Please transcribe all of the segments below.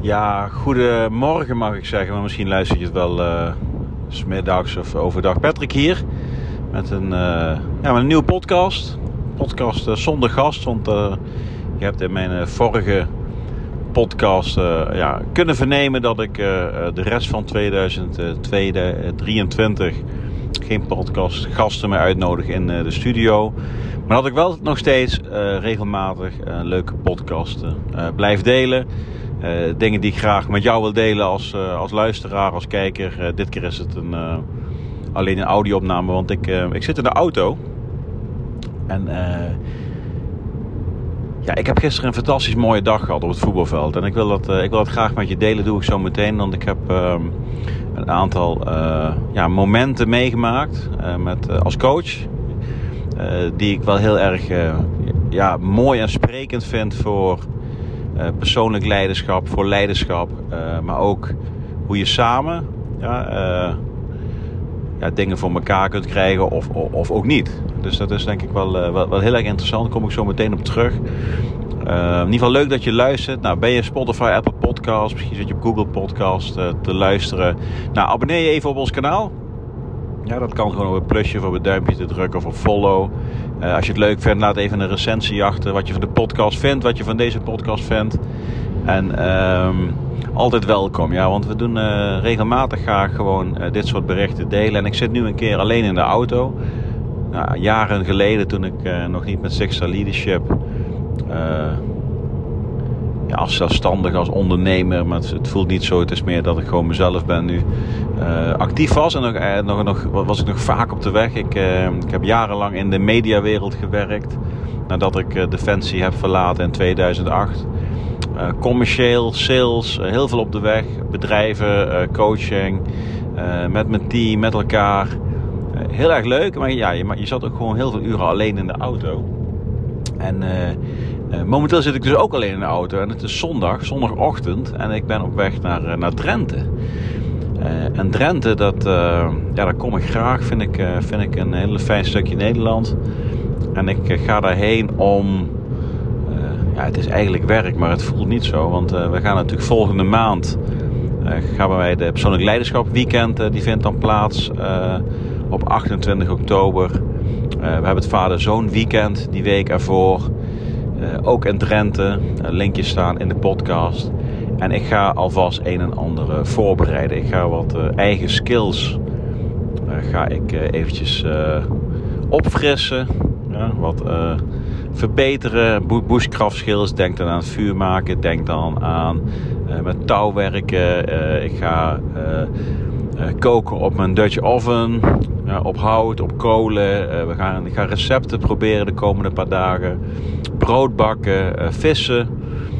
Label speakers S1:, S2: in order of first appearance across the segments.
S1: Ja, goedemorgen mag ik zeggen, maar misschien luister je het wel 's middags of overdag. Patrick hier met een nieuwe podcast. Podcast zonder gast, want je hebt in mijn vorige podcast kunnen vernemen dat ik de rest van 2023 geen podcastgasten meer uitnodig in de studio. Maar dat ik wel nog steeds regelmatig leuke podcasten blijf delen. Dingen die ik graag met jou wil delen als luisteraar, als kijker. Dit keer is het alleen een audio-opname, want ik zit in de auto. En ik heb gisteren een fantastisch mooie dag gehad op het voetbalveld. En ik wil dat graag met je delen, doe ik zo meteen. Want ik heb een aantal momenten meegemaakt als coach. Die ik wel heel erg mooi en sprekend vind voor persoonlijk leiderschap, voor leiderschap. Maar ook hoe je samen dingen voor elkaar kunt krijgen of ook niet. Dus dat is denk ik wel heel erg interessant. Daar kom ik zo meteen op terug. In ieder geval leuk dat je luistert. Nou, ben je Spotify, Apple Podcasts, misschien zit je op Google Podcasts te luisteren. Nou, abonneer je even op ons kanaal. Ja, dat kan gewoon op een plusje of op een duimpje te drukken of op follow. Als je het leuk vindt, laat even een recensie achter. Wat je van de podcast vindt, wat je van deze podcast vindt. En altijd welkom, ja, want we doen regelmatig graag gewoon dit soort berichten delen. En ik zit nu een keer alleen in de auto. Nou, jaren geleden, toen ik nog niet met Six Star Leadership als zelfstandig, als ondernemer, maar het voelt niet zo. Het is meer dat ik gewoon mezelf ben nu actief was. En was ik nog vaak op de weg. Ik heb jarenlang in de mediawereld gewerkt. Nadat ik Defensie heb verlaten in 2008. Commercieel, sales, heel veel op de weg. Bedrijven, coaching, met mijn team, met elkaar. Heel erg leuk, maar ja, je zat ook gewoon heel veel uren alleen in de auto. En momenteel zit ik dus ook alleen in de auto. En het is zondagochtend. En ik ben op weg naar Drenthe. En Drenthe, daar kom ik graag. Vind ik een heel fijn stukje Nederland. En ik ga daarheen om... het is eigenlijk werk, maar het voelt niet zo. Want we gaan natuurlijk volgende maand... gaan wij de Persoonlijk Leiderschap Weekend. Die vindt dan plaats op 28 oktober. We hebben het Vader-Zoon Weekend die week ervoor. Ook in Drenthe. Linkjes staan in de podcast. En ik ga alvast een en ander voorbereiden. Ik ga wat eigen skills eventjes opfrissen. Ja, wat verbeteren. Bushcraft skills. Denk dan aan het vuur maken. Denk dan aan met touw werken. Ik ga koken op mijn Dutch oven. Op hout, op kolen. Ik ga recepten proberen de komende paar dagen. Brood bakken, vissen.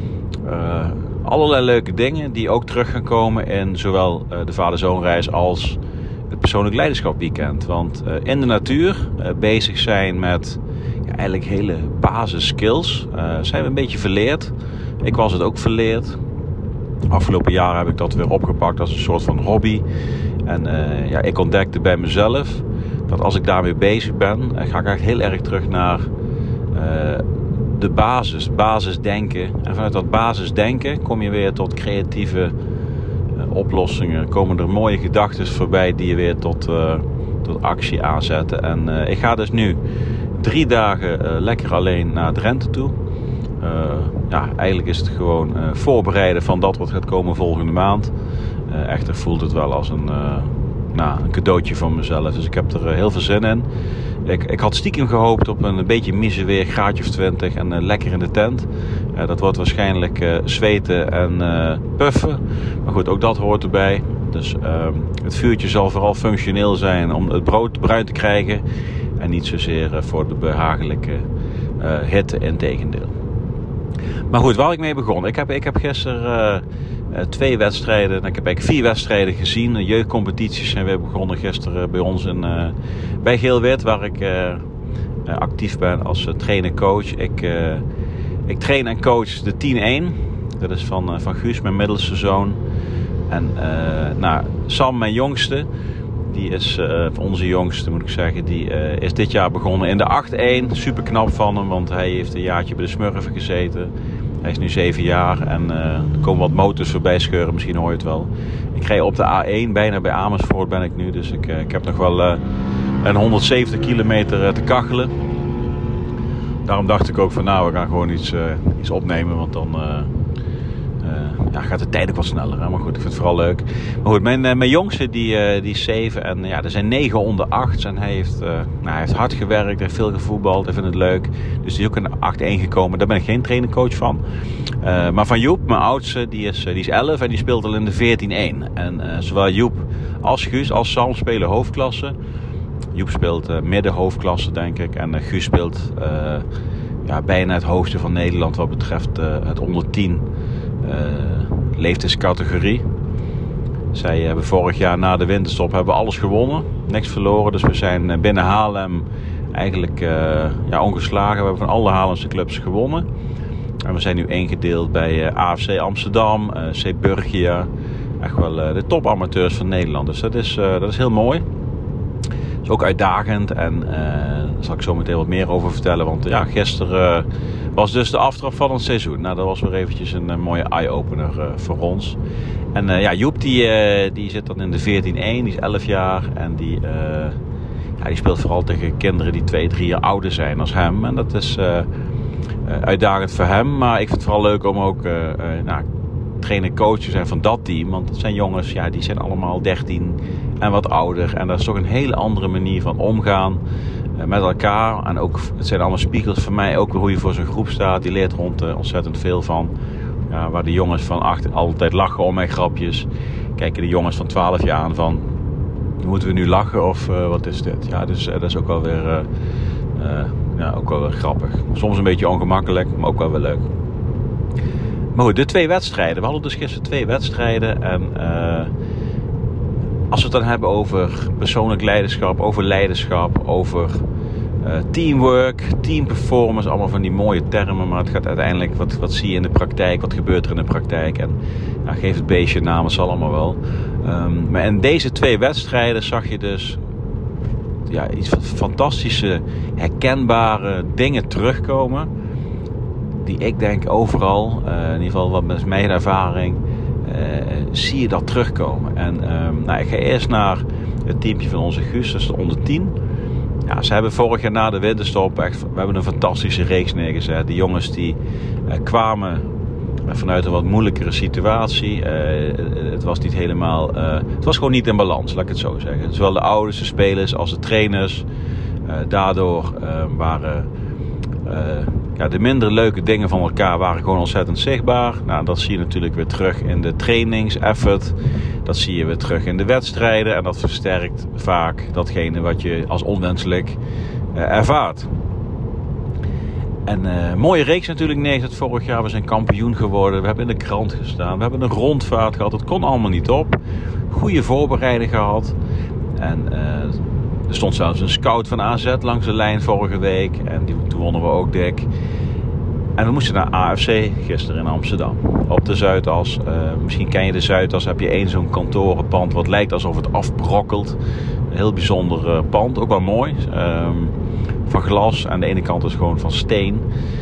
S1: Allerlei leuke dingen die ook terug gaan komen in zowel de Vader-Zoonreis als het Persoonlijk Leiderschap Weekend. Want in de natuur bezig zijn met eigenlijk hele basis skills. Zijn we een beetje verleerd. Ik was het ook verleerd. Afgelopen jaren heb ik dat weer opgepakt als een soort van hobby. En ik ontdekte bij mezelf dat als ik daarmee bezig ben, ga ik echt heel erg terug naar de basisdenken. En vanuit dat basisdenken kom je weer tot creatieve oplossingen. Komen er mooie gedachten voorbij die je weer tot actie aanzetten. En ik ga dus nu 3 dagen lekker alleen naar Drenthe toe. Eigenlijk is het gewoon voorbereiden van dat wat gaat komen volgende maand. Echter voelt het wel als een cadeautje van mezelf. Dus ik heb er heel veel zin in. Ik had stiekem gehoopt op een beetje miseweer, graadje of 20 en lekker in de tent. Dat wordt waarschijnlijk zweten en puffen. Maar goed, ook dat hoort erbij. Dus het vuurtje zal vooral functioneel zijn om het brood bruin te krijgen. En niet zozeer voor de behagelijke hitte, integendeel. Maar goed, waar ik mee begon. Ik heb gisteren 2 wedstrijden. Ik heb eigenlijk 4 wedstrijden gezien. De jeugdcompetities zijn weer begonnen gisteren bij ons bij Geel-Wit, waar ik actief ben als trainer-coach. Ik train en coach de 10-1. Dat is van Guus, mijn middelste zoon. En Sam, mijn jongste, die is onze jongste moet ik zeggen, die is dit jaar begonnen in de 8-1. Super knap van hem, want hij heeft een jaartje bij de Smurfen gezeten. Hij is nu 7 jaar en er komen wat motors voorbij scheuren, misschien hoor je het wel. Ik rij op de A1, bijna bij Amersfoort ben ik nu, dus ik heb nog wel een 170 kilometer te kachelen. Daarom dacht ik ook van we gaan gewoon iets opnemen, want dan gaat de tijd ook wat sneller. Hè? Maar goed, ik vind het vooral leuk. Maar goed, mijn jongste die is 7 en er zijn 9 onder 8. En hij heeft hard gewerkt, hij heeft veel gevoetbald, hij vindt het leuk. Dus die is ook in de 8-1 gekomen. Daar ben ik geen trainercoach van. Maar van Joep, mijn oudste, die is 11 en die speelt al in de 14-1. En zowel Joep als Guus als Sam spelen hoofdklasse. Joep speelt midden hoofdklasse, denk ik. En Guus speelt bijna het hoogste van Nederland wat betreft het onder 10 leeftijdscategorie. Zij hebben vorig jaar na de winterstop alles gewonnen. Niks verloren. Dus we zijn binnen Haarlem eigenlijk ongeslagen. We hebben van alle Haarlemse clubs gewonnen. En we zijn nu ingedeeld bij AFC Amsterdam, C Burgia. Echt wel de topamateurs van Nederland. Dus dat is heel mooi. Is ook uitdagend en daar zal ik zo meteen wat meer over vertellen. Want gisteren was dus de aftrap van het seizoen. Nou, dat was weer eventjes een mooie eye-opener voor ons. En Joep die zit dan in de 14-1, die is 11 jaar. En die speelt vooral tegen kinderen die 2-3 jaar ouder zijn als hem. En dat is uitdagend voor hem. Maar ik vind het vooral leuk om ook trainer-coach te zijn van dat team. Want het zijn jongens, die zijn allemaal 13 en wat ouder. En dat is toch een hele andere manier van omgaan met elkaar. En ook, het zijn allemaal spiegels voor mij. Ook hoe je voor zo'n groep staat. Die leert er ontzettend veel van. Ja, waar de jongens van 8 altijd lachen om mijn grapjes. Kijken de jongens van 12 jaar aan van... Moeten we nu lachen of wat is dit? Ja, dus dat is ook wel weer... ook wel weer grappig. Soms een beetje ongemakkelijk, maar ook wel weer leuk. Maar goed, de 2 wedstrijden. We hadden dus gisteren 2 wedstrijden. En als we het dan hebben over persoonlijk leiderschap, over teamwork, teamperformance, allemaal van die mooie termen. Maar het gaat uiteindelijk, wat zie je in de praktijk, wat gebeurt er in de praktijk? En geef het beestje naam, het zal allemaal wel. Maar in deze 2 wedstrijden zag je dus iets fantastische, herkenbare dingen terugkomen. Die ik denk overal, in ieder geval wat met mijn ervaring, zie je dat terugkomen. En ik ga eerst naar het teampje van onze Guus, dat is de onder 10. Ja, ze hebben vorig jaar na de winterstop we hebben een fantastische reeks neergezet. Die jongens die kwamen vanuit een wat moeilijkere situatie. Het was niet helemaal... het was gewoon niet in balans, laat ik het zo zeggen. Zowel de ouders, de spelers als de trainers. Daardoor waren... de minder leuke dingen van elkaar waren gewoon ontzettend zichtbaar. Nou, dat zie je natuurlijk weer terug in de trainingseffort. Dat zie je weer terug in de wedstrijden. En dat versterkt vaak datgene wat je als onwenselijk ervaart. En mooie reeks natuurlijk neergezet vorig jaar. We zijn kampioen geworden. We hebben in de krant gestaan. We hebben een rondvaart gehad. Het kon allemaal niet op. Goede voorbereiding gehad. En... er stond zelfs een scout van AZ langs de lijn vorige week. En toen wonnen we ook dik. En we moesten naar AFC gisteren in Amsterdam. Op de Zuidas. Misschien ken je de Zuidas. Heb je één zo'n kantorenpand wat lijkt alsof het afbrokkelt. Een heel bijzonder pand. Ook wel mooi. Van glas. Aan de ene kant is gewoon van steen.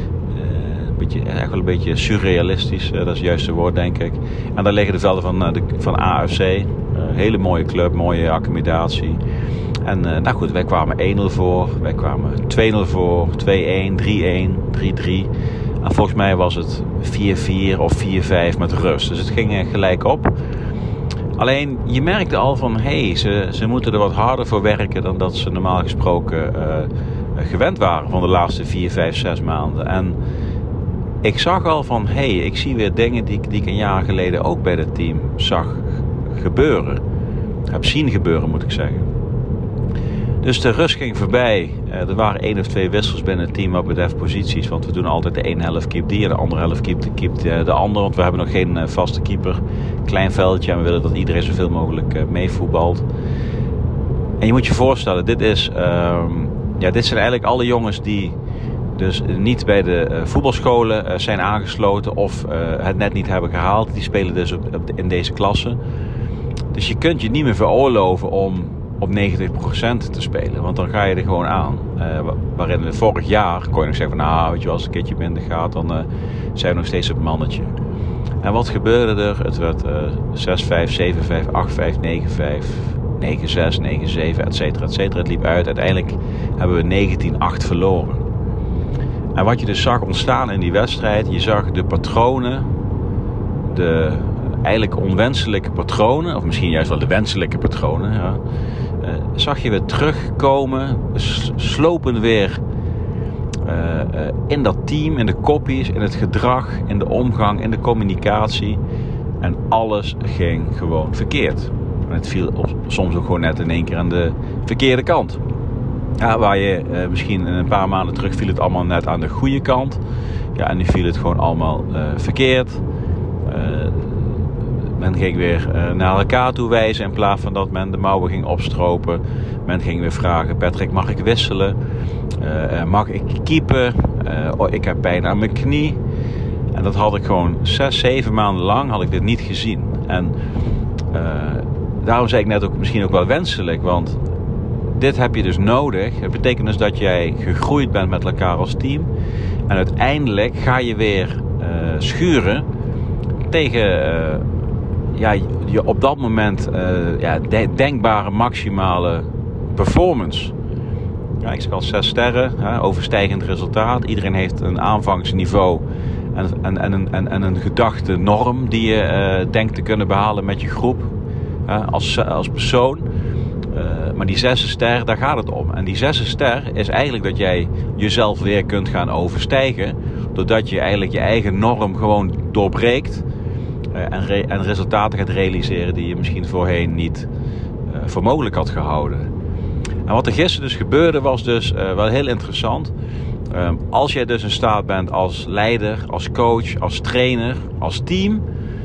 S1: Echt wel een beetje surrealistisch. Dat is het juiste woord, denk ik. En daar liggen de velden van AFC. Hele mooie club. Mooie accommodatie. En wij kwamen 1-0 voor, wij kwamen 2-0 voor, 2-1, 3-1, 3-3. En volgens mij was het 4-4 of 4-5 met rust. Dus het ging gelijk op. Alleen, je merkte al van, ze moeten er wat harder voor werken dan dat ze normaal gesproken gewend waren van de laatste 4, 5, 6 maanden. En ik zag al van, ik zie weer dingen die ik een jaar geleden ook bij het team zag gebeuren. Heb zien gebeuren, moet ik zeggen. Dus de rust ging voorbij. Er waren 1 of 2 wissels binnen het team wat betreft posities. Want we doen altijd de ene helft keept die en de andere helft keept de andere. Want we hebben nog geen vaste keeper. Klein veldje en we willen dat iedereen zoveel mogelijk meevoetbalt. En je moet je voorstellen, dit zijn eigenlijk alle jongens die dus niet bij de voetbalscholen zijn aangesloten of het net niet hebben gehaald. Die spelen dus in deze klasse. Dus je kunt je niet meer veroorloven om op 90% te spelen. Want dan ga je er gewoon aan. Waarin vorig jaar kon je nog zeggen van, nou, weet je, als het een keertje minder gaat, dan zijn we nog steeds het mannetje. En wat gebeurde er? Het werd 6-5, 7-5, 8-5, 9-5, 9-6, 9-7, et cetera, et cetera. Het liep uit. Uiteindelijk hebben we 19-8 verloren. En wat je dus zag ontstaan in die wedstrijd, je zag de patronen, de eigenlijk onwenselijke patronen, of misschien juist wel de wenselijke patronen, ja, zag je weer terugkomen, slopen weer in dat team, in de koppies, in het gedrag, in de omgang, in de communicatie. En alles ging gewoon verkeerd. En het viel soms ook gewoon net in één keer aan de verkeerde kant. Ja, waar je misschien een paar maanden terug viel het allemaal net aan de goede kant. Ja, en nu viel het gewoon allemaal verkeerd. Men ging weer naar elkaar toe wijzen in plaats van dat men de mouwen ging opstropen. Men ging weer vragen, Patrick, mag ik wisselen? Mag ik keepen? Ik heb pijn aan mijn knie. En dat had ik gewoon 6-7 maanden lang had ik dit niet gezien. En daarom zei ik net ook misschien ook wel wenselijk, want dit heb je dus nodig. Het betekent dus dat jij gegroeid bent met elkaar als team. En uiteindelijk ga je weer schuren tegen je op dat moment denkbare maximale performance. Ja, ik zeg al 6 sterren, overstijgend resultaat. Iedereen heeft een aanvangsniveau en een gedachte norm die je denkt te kunnen behalen met je groep als persoon. Maar die 6e ster, daar gaat het om. En die 6e ster is eigenlijk dat jij jezelf weer kunt gaan overstijgen. Doordat je eigenlijk je eigen norm gewoon doorbreekt. En resultaten gaat realiseren die je misschien voorheen niet voor mogelijk had gehouden. En wat er gisteren dus gebeurde was dus wel heel interessant. Als jij dus in staat bent als leider, als coach, als trainer, als team,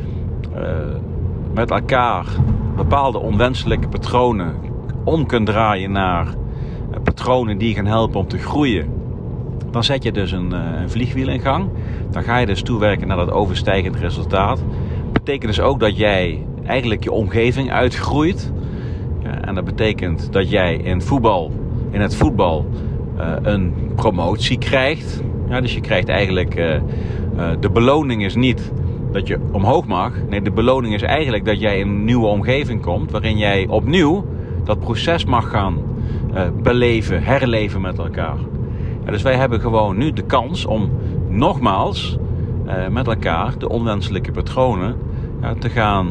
S1: met elkaar bepaalde onwenselijke patronen om kunt draaien naar patronen die je gaan helpen om te groeien, dan zet je dus een vliegwiel in gang. Dan ga je dus toewerken naar dat overstijgend resultaat. Dat betekent dus ook dat jij eigenlijk je omgeving uitgroeit. Ja, en dat betekent dat jij in het voetbal een promotie krijgt. Ja, dus je krijgt eigenlijk de beloning is niet dat je omhoog mag. Nee, de beloning is eigenlijk dat jij in een nieuwe omgeving komt, waarin jij opnieuw dat proces mag gaan herleven met elkaar. Ja, dus wij hebben gewoon nu de kans om nogmaals met elkaar de onwenselijke patronen te gaan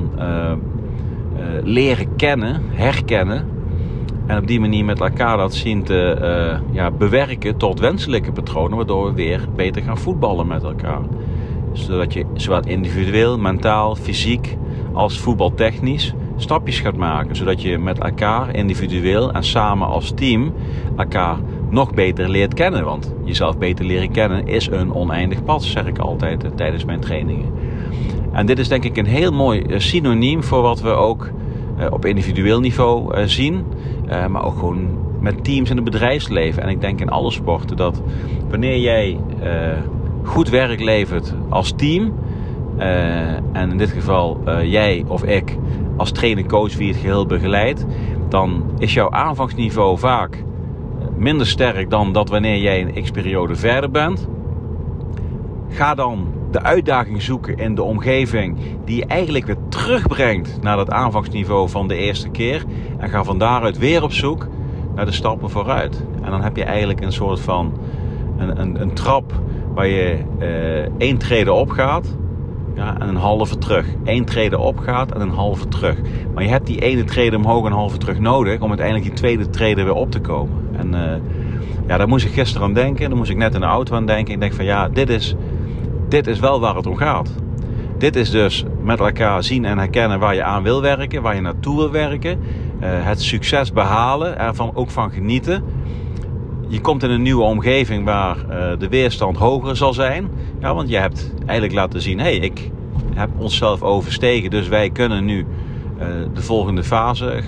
S1: leren kennen, herkennen. En op die manier met elkaar dat zien te bewerken tot wenselijke patronen, waardoor we weer beter gaan voetballen met elkaar. Zodat je zowel individueel, mentaal, fysiek als voetbaltechnisch stapjes gaat maken. Zodat je met elkaar individueel en samen als team elkaar nog beter leert kennen. Want jezelf beter leren kennen is een oneindig pad, zeg ik altijd tijdens mijn trainingen. En dit is denk ik een heel mooi synoniem voor wat we ook op individueel niveau zien. Maar ook gewoon met teams in het bedrijfsleven. En ik denk in alle sporten dat wanneer jij goed werk levert als team. En in dit geval jij of ik als trainer-coach wie het geheel begeleidt. Dan is jouw aanvangsniveau vaak minder sterk dan dat wanneer jij een x-periode verder bent. Ga dan de uitdaging zoeken in de omgeving die je eigenlijk weer terugbrengt naar dat aanvangsniveau van de eerste keer. En ga van daaruit weer op zoek naar de stappen vooruit. En dan heb je eigenlijk een soort van een trap waar je 1 trede opgaat en een halve terug. 1 trede opgaat en een halve terug. Maar je hebt die ene trede omhoog en een halve terug nodig om uiteindelijk die tweede trede weer op te komen. En daar moest ik gisteren aan denken. Daar moest ik net in de auto aan denken. Ik denk van dit is wel waar het om gaat. Dit is dus met elkaar zien en herkennen waar je aan wil werken, waar je naartoe wil werken. Het succes behalen, ervan ook van genieten. Je komt in een nieuwe omgeving waar de weerstand hoger zal zijn. Ja, want je hebt eigenlijk laten zien, ik heb onszelf overstegen, dus wij kunnen nu de volgende fase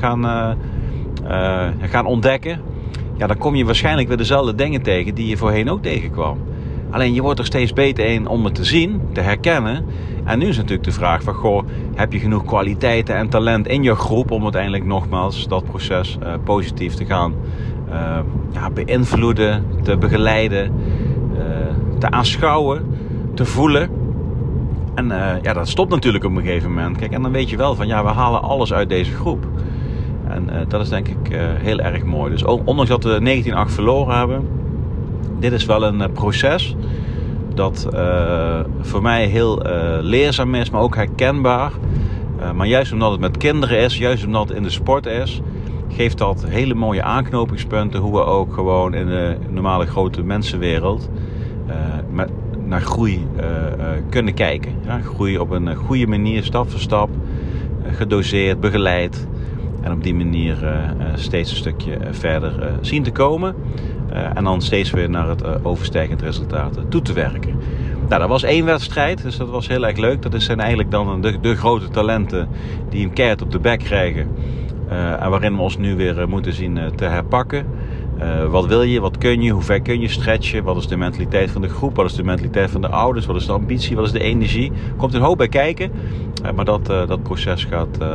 S1: gaan ontdekken. Ja, dan kom je waarschijnlijk weer dezelfde dingen tegen die je voorheen ook tegenkwam. Alleen je wordt er steeds beter in om het te zien, te herkennen En nu is natuurlijk de vraag van, heb je genoeg kwaliteiten en talent in je groep om uiteindelijk nogmaals dat proces positief te gaan beïnvloeden, te begeleiden, te aanschouwen, te voelen. En dat stopt natuurlijk op een gegeven moment. Kijk, en dan weet je wel van, we halen alles uit deze groep. En dat is denk ik heel erg mooi. Dus ondanks dat we 19-8 verloren hebben, dit is wel een proces dat voor mij heel leerzaam is, maar ook herkenbaar. Maar juist omdat het met kinderen is, juist omdat het in de sport is, geeft dat hele mooie aanknopingspunten hoe we ook gewoon in de normale grote mensenwereld naar groei kunnen kijken. Ja, groei op een goede manier, stap voor stap, gedoseerd, begeleid. En op die manier steeds een stukje verder zien te komen. En dan steeds weer naar het overstijgend resultaat toe te werken. Nou, dat was 1 wedstrijd, dus dat was heel erg leuk. Dat zijn eigenlijk dan de grote talenten die een keihard op de bek krijgen. En waarin we ons nu weer moeten zien te herpakken. Wat wil je, wat kun je, hoe ver kun je stretchen? Wat is de mentaliteit van de groep? Wat is de mentaliteit van de ouders? Wat is de ambitie? Wat is de energie? Komt een hoop bij kijken. Maar dat proces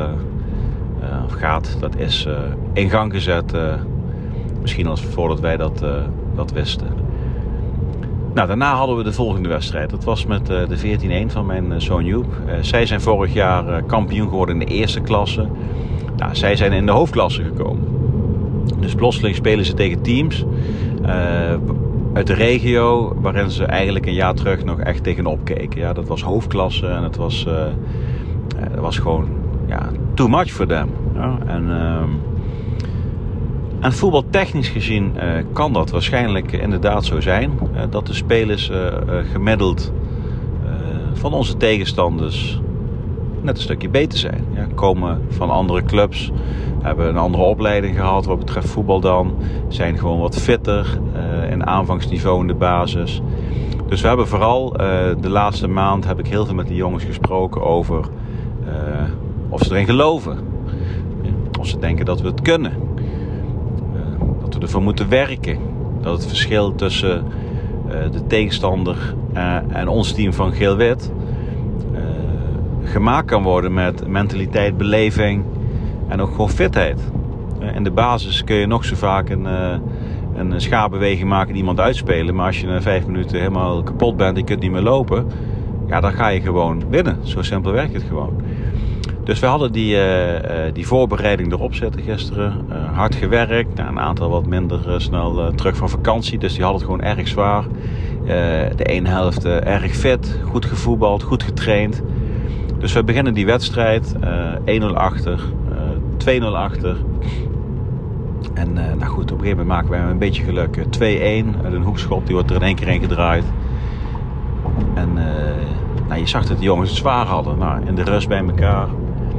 S1: dat is in gang gezet. Misschien al voordat wij dat wisten. Nou, daarna hadden we de volgende wedstrijd. Dat was met de 14-1 van mijn zoon Joep. Zij zijn vorig jaar kampioen geworden in de eerste klasse. Nou, zij zijn in de hoofdklasse gekomen. Dus plotseling spelen ze tegen teams uit de regio, waarin ze eigenlijk een jaar terug nog echt tegenop keken. Ja, dat was hoofdklasse en het was gewoon too much voor them. Ja, en voetbaltechnisch gezien kan dat waarschijnlijk inderdaad zo zijn. Dat de spelers gemiddeld van onze tegenstanders net een stukje beter zijn. Ja, komen van andere clubs, hebben een andere opleiding gehad wat betreft voetbal dan. Zijn gewoon wat fitter in aanvangsniveau in de basis. Dus we hebben vooral de laatste maand heb ik heel veel met die jongens gesproken over of ze erin geloven. Of ze denken dat we het kunnen. Dat we ervoor moeten werken. Dat het verschil tussen de tegenstander en ons team van Geel-Wit gemaakt kan worden met mentaliteit, beleving en ook gewoon fitheid. In de basis kun je nog zo vaak een schaarbeweging maken die iemand uitspelen. Maar als je na 5 minuten helemaal kapot bent en je kunt niet meer lopen, dan ga je gewoon winnen. Zo simpel werkt het gewoon. Dus we hadden die voorbereiding erop zitten gisteren. Hard gewerkt. Een aantal wat minder snel terug van vakantie. Dus die hadden het gewoon erg zwaar. De ene helft erg fit. Goed gevoetbald. Goed getraind. Dus we beginnen die wedstrijd. 1-0 achter. 2-0 achter. En op een gegeven moment maken wij een beetje geluk. 2-1 uit een hoekschop. Die wordt er in 1 keer in gedraaid. En je zag dat de jongens het zwaar hadden. Nou, in de rust bij elkaar.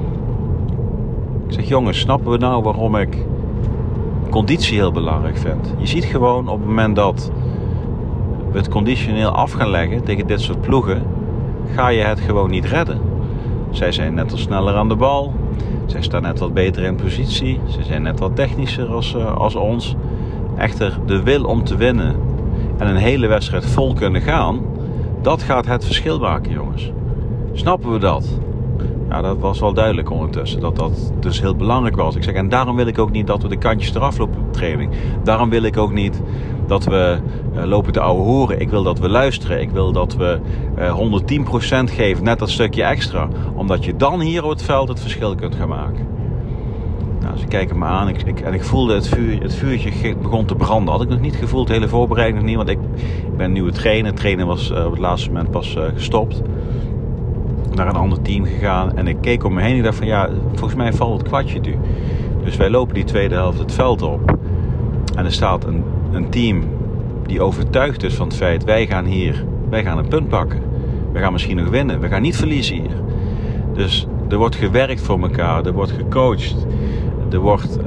S1: Ik zeg, jongens, snappen we nou waarom ik conditie heel belangrijk vind? Je ziet gewoon op het moment dat we het conditioneel af gaan leggen tegen dit soort ploegen, ga je het gewoon niet redden. Zij zijn net wat sneller aan de bal. Zij staan net wat beter in positie. Ze zijn net wat technischer als ons. Echter, de wil om te winnen en een hele wedstrijd vol kunnen gaan, dat gaat het verschil maken, jongens. Snappen we dat? Ja, dat was wel duidelijk ondertussen. Dat dus heel belangrijk was. Ik zeg, en daarom wil ik ook niet dat we de kantjes eraf lopen op de training. Daarom wil ik ook niet dat we lopen te ouwe hoeren. Ik wil dat we luisteren. Ik wil dat we 110% geven. Net dat stukje extra. Omdat je dan hier op het veld het verschil kunt gaan maken. Nou, ze kijken me aan. En ik voelde het vuurtje begon te branden. Had ik nog niet gevoeld. De hele voorbereiding nog niet. Want ik ben een nieuwe trainer. Het trainen was op het laatste moment pas gestopt. Naar een ander team gegaan. En ik keek om me heen en ik dacht van volgens mij valt het kwartje nu. Dus wij lopen die tweede helft het veld op. En er staat een team die overtuigd is van het feit, wij gaan een punt pakken. We gaan misschien nog winnen. We gaan niet verliezen hier. Dus er wordt gewerkt voor elkaar. Er wordt gecoacht. Er wordt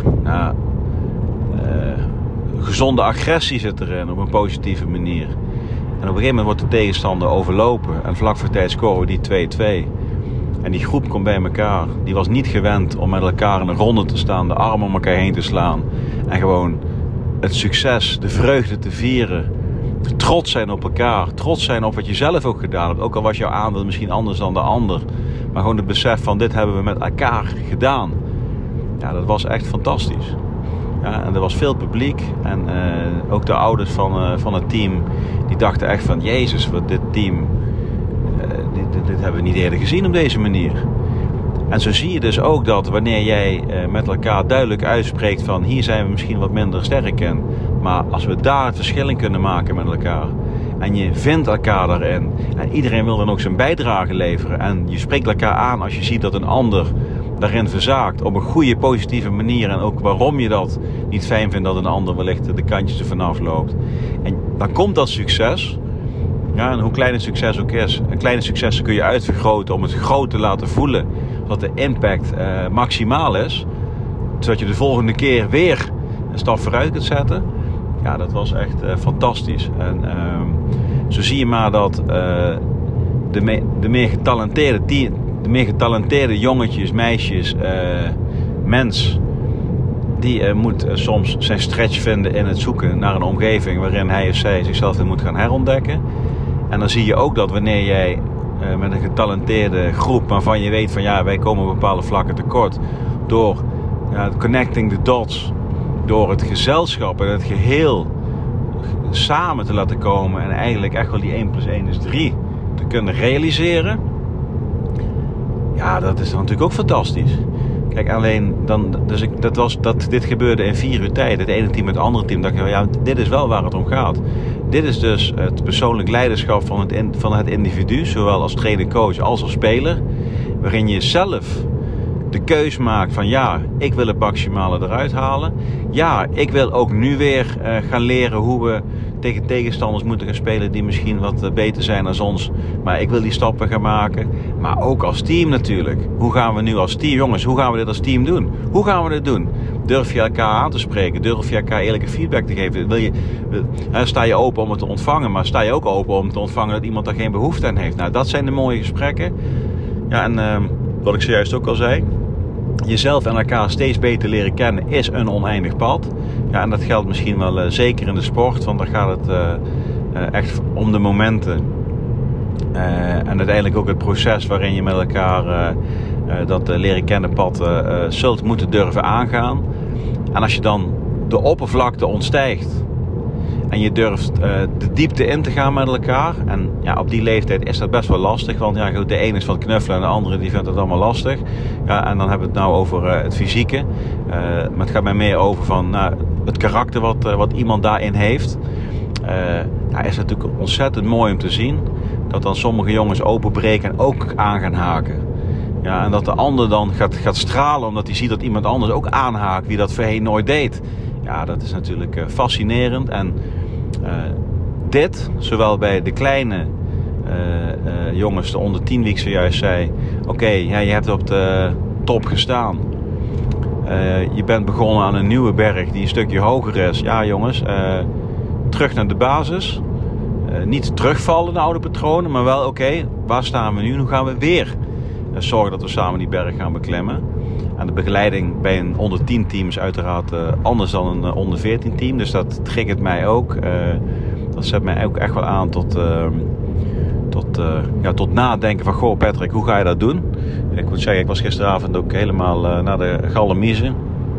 S1: gezonde agressie zit erin op een positieve manier. En op een gegeven moment wordt de tegenstander overlopen. En vlak voor tijd scoren we die 2-2. En die groep komt bij elkaar. Die was niet gewend om met elkaar in een ronde te staan. De armen om elkaar heen te slaan. En gewoon het succes, de vreugde te vieren. trots zijn op elkaar. Trots zijn op wat je zelf ook gedaan hebt. Ook al was jouw aandeel misschien anders dan de ander. Maar gewoon het besef van dit hebben we met elkaar gedaan. Ja, dat was echt fantastisch. Ja, en er was veel publiek. En ook de ouders van het team. Die dachten echt van Jezus, wat dit team. Dit hebben we niet eerder gezien op deze manier. En zo zie je dus ook dat wanneer jij met elkaar duidelijk uitspreekt van hier zijn we misschien wat minder sterk in. Maar als we daar het verschil in kunnen maken met elkaar. En je vindt elkaar daarin. En iedereen wil dan ook zijn bijdrage leveren. En je spreekt elkaar aan als je ziet dat een ander daarin verzaakt. Op een goede, positieve manier. En ook waarom je dat niet fijn vindt dat een ander wellicht de kantjes er vanaf loopt. En dan komt dat succes. Ja, en hoe klein een succes ook is. Een kleine successen kun je uitvergroten om het groot te laten voelen. Zodat de impact maximaal is. Zodat je de volgende keer weer een stap vooruit kunt zetten. Ja, dat was echt fantastisch. En zo zie je maar dat de meer getalenteerde jongetjes, meisjes, mens, die moet soms zijn stretch vinden in het zoeken naar een omgeving waarin hij of zij zichzelf weer moet gaan herontdekken. En dan zie je ook dat wanneer jij met een getalenteerde groep, waarvan je weet van ja, wij komen op bepaalde vlakken tekort, door connecting the dots, door het gezelschap en het geheel samen te laten komen en eigenlijk echt wel die 1 + 1 is 3 te kunnen realiseren. Ja, dat is natuurlijk ook fantastisch. Kijk, alleen dan, dit gebeurde in 4 uur tijd. Het ene team met het andere team. Dacht ik, ja, dit is wel waar het om gaat. Dit is dus het persoonlijk leiderschap van het individu, zowel als trainer-coach als als speler, waarin je zelf de keus maakt van ja, ik wil het maximale eruit halen. Ja, ik wil ook nu weer gaan leren hoe we tegen tegenstanders moeten gaan spelen die misschien wat beter zijn dan ons. Maar ik wil die stappen gaan maken. Maar ook als team natuurlijk. Hoe gaan we nu als team, jongens, hoe gaan we dit als team doen? Hoe gaan we dit doen? Durf je elkaar aan te spreken? Durf je elkaar eerlijke feedback te geven? Sta je open om het te ontvangen? Maar sta je ook open om te ontvangen dat iemand daar geen behoefte aan heeft? Nou, dat zijn de mooie gesprekken. Ja, en wat ik zojuist ook al zei. Jezelf en elkaar steeds beter leren kennen is een oneindig pad. Ja, en dat geldt misschien wel zeker in de sport. Want daar gaat het echt om de momenten. En uiteindelijk ook het proces waarin je met elkaar dat leren kennen pad zult moeten durven aangaan. En als je dan de oppervlakte ontstijgt. En je durft de diepte in te gaan met elkaar. En ja, op die leeftijd is dat best wel lastig. Want ja, goed, de een is van het knuffelen en de andere die vindt het allemaal lastig. Ja, en dan hebben we het nou over het fysieke. Maar het gaat mij meer over van het karakter wat iemand daarin heeft. Is natuurlijk ontzettend mooi om te zien. Dat dan sommige jongens openbreken en ook aan gaan haken. Ja, en dat de ander dan gaat stralen omdat hij ziet dat iemand anders ook aanhaakt die dat voorheen nooit deed. Ja, dat is natuurlijk fascinerend. En dit, zowel bij de kleine jongens, de onder 10 wie ik zojuist zei. Oké, je hebt op de top gestaan. Je bent begonnen aan een nieuwe berg die een stukje hoger is. Ja jongens, terug naar de basis. Niet terugvallen naar oude patronen, maar wel oké, waar staan we nu? Hoe gaan we weer zorgen dat we samen die berg gaan beklimmen? En de begeleiding bij een onder 10 team is uiteraard anders dan een onder 14 team. Dus dat triggert mij ook. Dat zet mij ook echt wel aan tot nadenken van... Goh Patrick, hoe ga je dat doen? Ik moet zeggen, ik was gisteravond ook helemaal naar de Gallemiezen.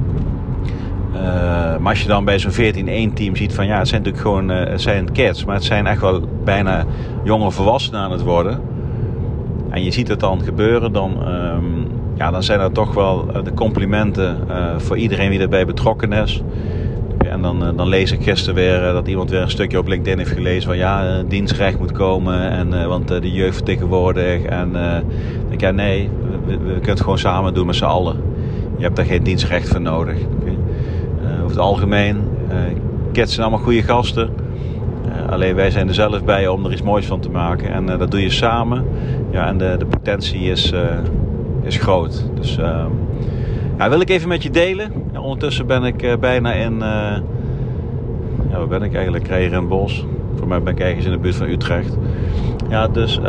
S1: Maar als je dan bij zo'n 14-1 team ziet van... Ja, het zijn natuurlijk gewoon het zijn kids. Maar het zijn echt wel bijna jonge volwassenen aan het worden. En je ziet het dan gebeuren. Dan zijn er toch wel de complimenten voor iedereen die erbij betrokken is. En dan lees ik gisteren weer dat iemand weer een stukje op LinkedIn heeft gelezen van ja, dienstrecht moet komen want de jeugd vertegenwoordigt. En denk ja, nee, we kunnen het gewoon samen doen met z'n allen. Je hebt daar geen dienstrecht voor nodig. Over het algemeen, kids zijn allemaal goede gasten. Alleen wij zijn er zelf bij om er iets moois van te maken. En dat doe je samen. Ja, en de potentie is groot. Dus wil ik even met je delen. Ja, ondertussen ben ik bijna in... waar ben ik eigenlijk? Hier in het bos. Voor mij ben ik ergens in de buurt van Utrecht. Ja, dus...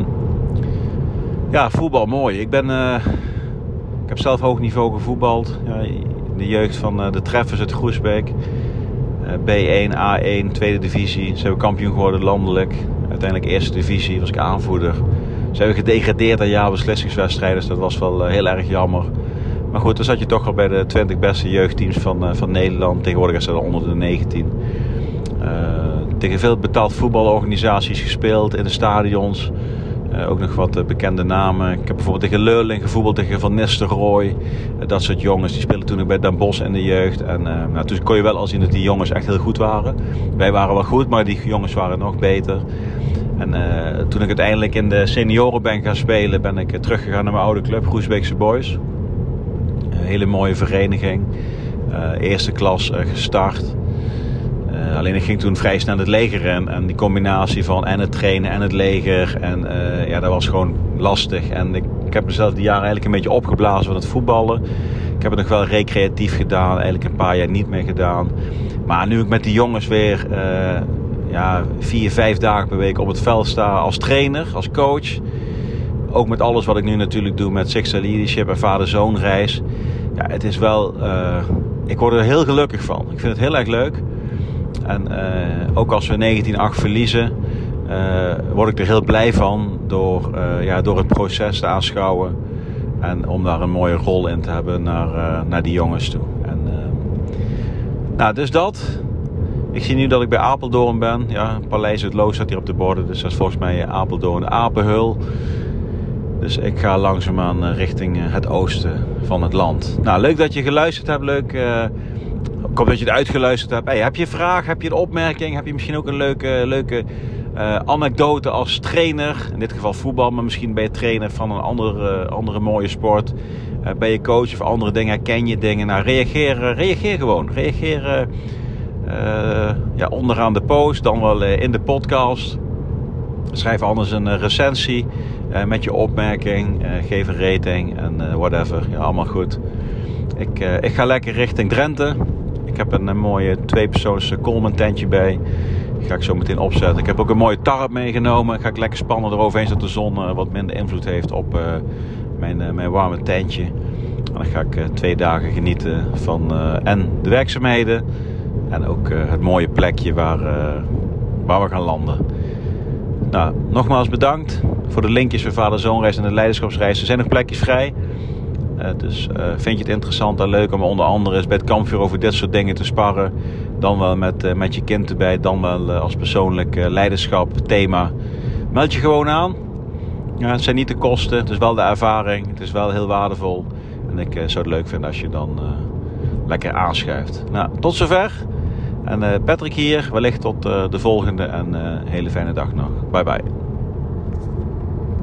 S1: voetbal, mooi. Ik heb zelf hoog niveau gevoetbald. Ja, de jeugd van de Treffers uit Groesbeek. B1, A1, tweede divisie. Ze hebben kampioen geworden landelijk. Uiteindelijk eerste divisie, was ik aanvoerder. Ze hebben gedegradeerd aan jaarbeslissingswedstrijden, dus dat was wel heel erg jammer. Maar goed, dan zat je toch al bij de 20 beste jeugdteams van Nederland. Tegenwoordig is dat onder de 19. Tegen veel betaald voetbalorganisaties gespeeld in de stadions. Ook nog wat bekende namen. Ik heb bijvoorbeeld tegen Leurling gevoetbald, tegen Van Nistelrooy. Dat soort jongens, die speelden toen ook bij Den Bosch in de jeugd. En toen kon je wel al zien dat die jongens echt heel goed waren. Wij waren wel goed, maar die jongens waren nog beter. En toen ik uiteindelijk in de senioren ben gaan spelen, ben ik teruggegaan naar mijn oude club, Groesbeekse Boys. Een hele mooie vereniging. Eerste klas gestart. Alleen ik ging toen vrij snel het leger in. En die combinatie van en het trainen en het leger. En dat was gewoon lastig. En ik heb mezelf die jaren eigenlijk een beetje opgeblazen van het voetballen. Ik heb het nog wel recreatief gedaan. Eigenlijk een paar jaar niet meer gedaan. Maar nu ik met die jongens weer 4-5 dagen per week op het veld sta als trainer, als coach. Ook met alles wat ik nu natuurlijk doe met Sixta Leadership en vader-zoon reis. Ja, het is wel... ik word er heel gelukkig van. Ik vind het heel erg leuk. En ook als we 19-8 verliezen, word ik er heel blij van door het proces te aanschouwen. En om daar een mooie rol in te hebben naar die jongens toe. En, dus dat. Ik zie nu dat ik bij Apeldoorn ben. Ja, Paleis het Loos staat hier op de borden. Dus dat is volgens mij Apeldoorn Apenheul. Dus ik ga langzaamaan richting het oosten van het land. Nou, leuk dat je geluisterd hebt. Leuk. Ik hoop dat je het uitgeluisterd hebt. Hey, heb je een vraag? Heb je een opmerking? Heb je misschien ook een leuke anekdote als trainer? In dit geval voetbal, maar misschien ben je trainer van een andere mooie sport. Ben je coach of andere dingen? Herken je dingen? Nou, reageer gewoon. Reageer onderaan de post, dan wel in de podcast. Schrijf anders een recensie met je opmerking. Geef een rating en whatever. Ja, allemaal goed. Ik ga lekker richting Drenthe. Ik heb een mooie 2-persoons Coleman tentje bij. Die ga ik zo meteen opzetten. Ik heb ook een mooie tarp meegenomen. Ga ik lekker spannen eroverheen zodat de zon wat minder invloed heeft op mijn warme tentje. En dan ga ik 2 dagen genieten van en de werkzaamheden. En ook het mooie plekje waar we gaan landen. Nou, nogmaals bedankt voor de linkjes voor vader-zoonreis en de leiderschapsreis. Er zijn nog plekjes vrij. Dus vind je het interessant en leuk om onder andere eens bij het kampvuur over dit soort dingen te sparren. Dan wel met je kind erbij. Dan wel als persoonlijk leiderschap thema. Meld je gewoon aan. Ja, het zijn niet de kosten. Het is wel de ervaring. Het is wel heel waardevol. En ik zou het leuk vinden als je dan lekker aanschuift. Nou, tot zover. En Patrick hier. Wellicht tot de volgende. En hele fijne dag nog. Bye bye.